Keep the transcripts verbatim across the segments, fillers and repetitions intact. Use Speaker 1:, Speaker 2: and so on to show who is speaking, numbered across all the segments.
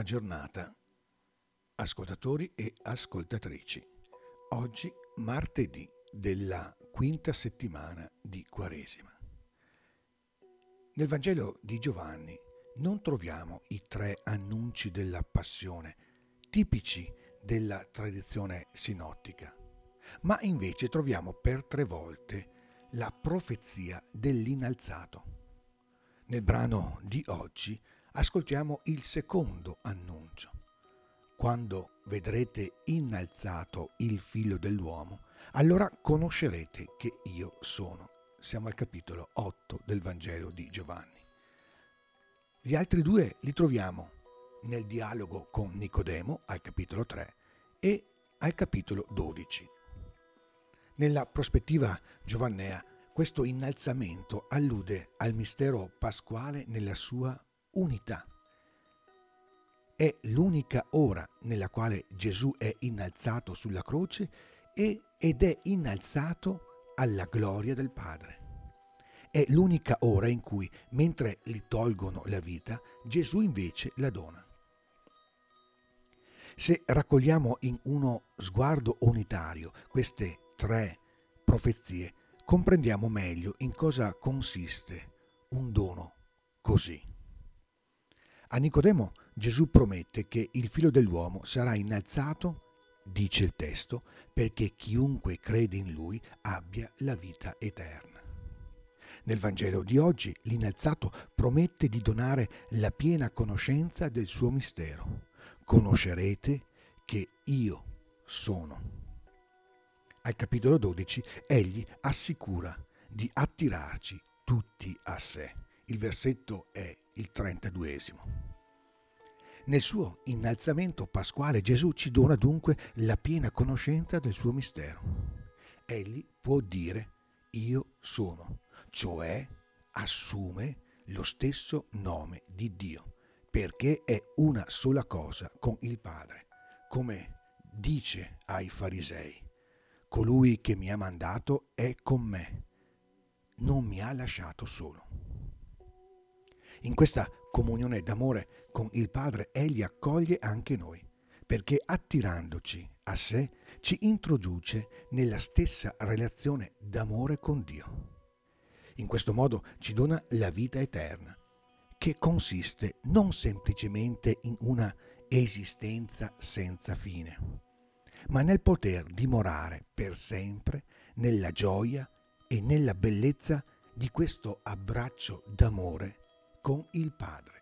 Speaker 1: giornata, ascoltatori e ascoltatrici. Oggi martedì della quinta settimana di Quaresima. Nel Vangelo di Giovanni non troviamo i tre annunci della passione, tipici della tradizione sinottica, ma invece troviamo per tre volte la profezia dell'innalzato. Nel brano di oggi ascoltiamo il secondo annuncio. Quando vedrete innalzato il Figlio dell'uomo, allora conoscerete che io sono. Siamo al capitolo otto del Vangelo di Giovanni. Gli altri due li troviamo nel dialogo con Nicodemo al capitolo tre e al capitolo dodici. Nella prospettiva giovannea, questo innalzamento allude al mistero pasquale nella sua unità. È l'unica ora nella quale Gesù è innalzato sulla croce e, ed è innalzato alla gloria del Padre. È l'unica ora in cui, mentre gli tolgono la vita, Gesù invece la dona. Se raccogliamo in uno sguardo unitario queste tre profezie, comprendiamo meglio in cosa consiste un dono così. A Nicodemo Gesù promette che il Figlio dell'uomo sarà innalzato, dice il testo, perché chiunque crede in lui abbia la vita eterna. Nel Vangelo di oggi l'innalzato promette di donare la piena conoscenza del suo mistero. Conoscerete che io sono. Al capitolo dodici egli assicura di attirarci tutti a sé. Il versetto è il trentaduesimo. Nel suo innalzamento pasquale Gesù ci dona dunque la piena conoscenza del suo mistero. Egli può dire io sono, cioè assume lo stesso nome di Dio, perché è una sola cosa con il Padre, come dice ai farisei. Colui che mi ha mandato è con me, non mi ha lasciato solo. In questa comunione d'amore con il Padre egli accoglie anche noi, perché attirandoci a sé ci introduce nella stessa relazione d'amore con Dio. In questo modo ci dona la vita eterna, che consiste non semplicemente in una esistenza senza fine, ma nel poter dimorare per sempre nella gioia e nella bellezza di questo abbraccio d'amore con il Padre.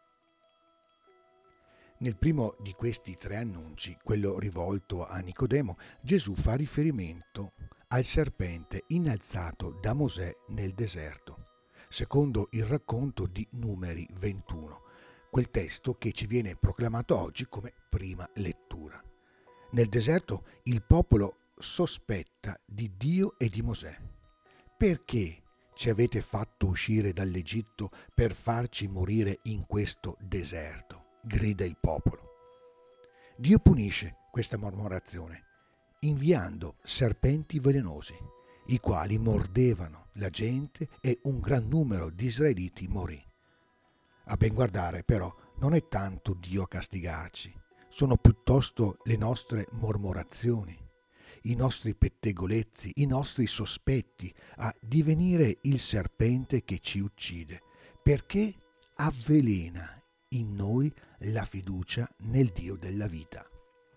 Speaker 1: Nel primo di questi tre annunci, quello rivolto a Nicodemo, Gesù fa riferimento al serpente innalzato da Mosè nel deserto, secondo il racconto di Numeri ventuno, quel testo che ci viene proclamato oggi come prima lettura. Nel deserto il popolo sospetta di Dio e di Mosè. Perché ci avete fatto uscire dall'Egitto per farci morire in questo deserto? Grida il popolo. Dio punisce questa mormorazione inviando serpenti velenosi, i quali mordevano la gente e un gran numero di israeliti morì. A ben guardare, però, non è tanto Dio a castigarci, sono piuttosto le nostre mormorazioni, i nostri pettegolezzi, i nostri sospetti a divenire il serpente che ci uccide, perché avvelena in noi la fiducia nel Dio della vita.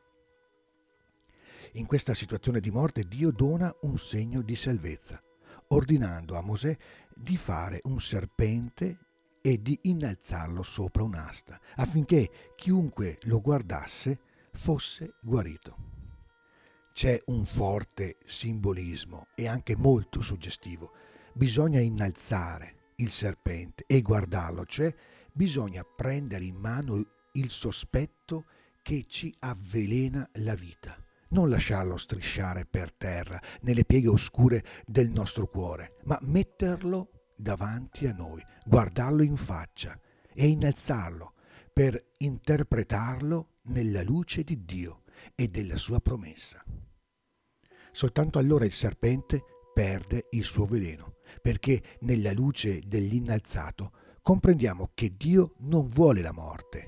Speaker 1: In questa situazione di morte Dio dona un segno di salvezza, ordinando a Mosè di fare un serpente e di innalzarlo sopra un'asta, affinché chiunque lo guardasse fosse guarito. C'è un forte simbolismo e anche molto suggestivo. Bisogna innalzare il serpente e guardarlo, cioè bisogna prendere in mano il sospetto che ci avvelena la vita, non lasciarlo strisciare per terra nelle pieghe oscure del nostro cuore, ma metterlo davanti a noi, guardarlo in faccia e innalzarlo per interpretarlo nella luce di Dio e della sua promessa. Soltanto allora il serpente perde il suo veleno, perché nella luce dell'innalzato comprendiamo che Dio non vuole la morte,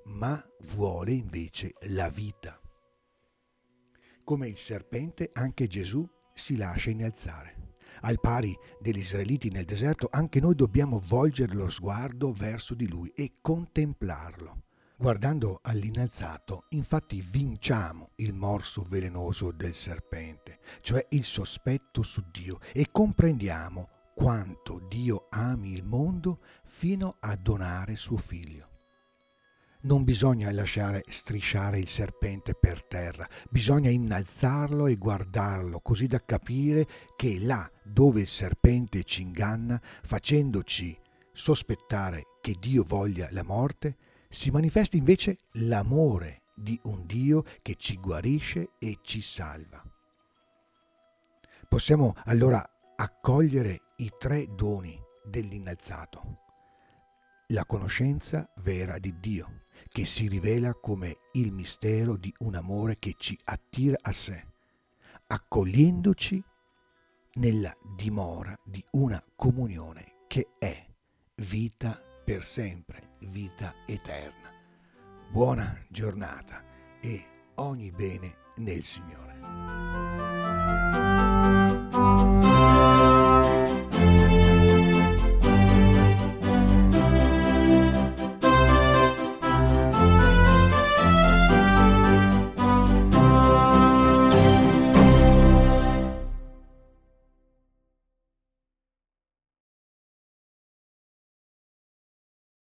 Speaker 1: ma vuole invece la vita. Come il serpente, anche Gesù si lascia innalzare. Al pari degli israeliti nel deserto, anche noi dobbiamo volgere lo sguardo verso di lui e contemplarlo. Guardando all'innalzato, infatti, vinciamo il morso velenoso del serpente, cioè il sospetto su Dio, e comprendiamo quanto Dio ami il mondo fino a donare suo figlio. Non bisogna lasciare strisciare il serpente per terra, bisogna innalzarlo e guardarlo, così da capire che là dove il serpente ci inganna, facendoci sospettare che Dio voglia la morte, si manifesta invece l'amore di un Dio che ci guarisce e ci salva. Possiamo allora accogliere i tre doni dell'innalzato. La conoscenza vera di Dio, che si rivela come il mistero di un amore che ci attira a sé, accogliendoci nella dimora di una comunione che è vita per sempre, vita eterna. Buona giornata e ogni bene nel Signore.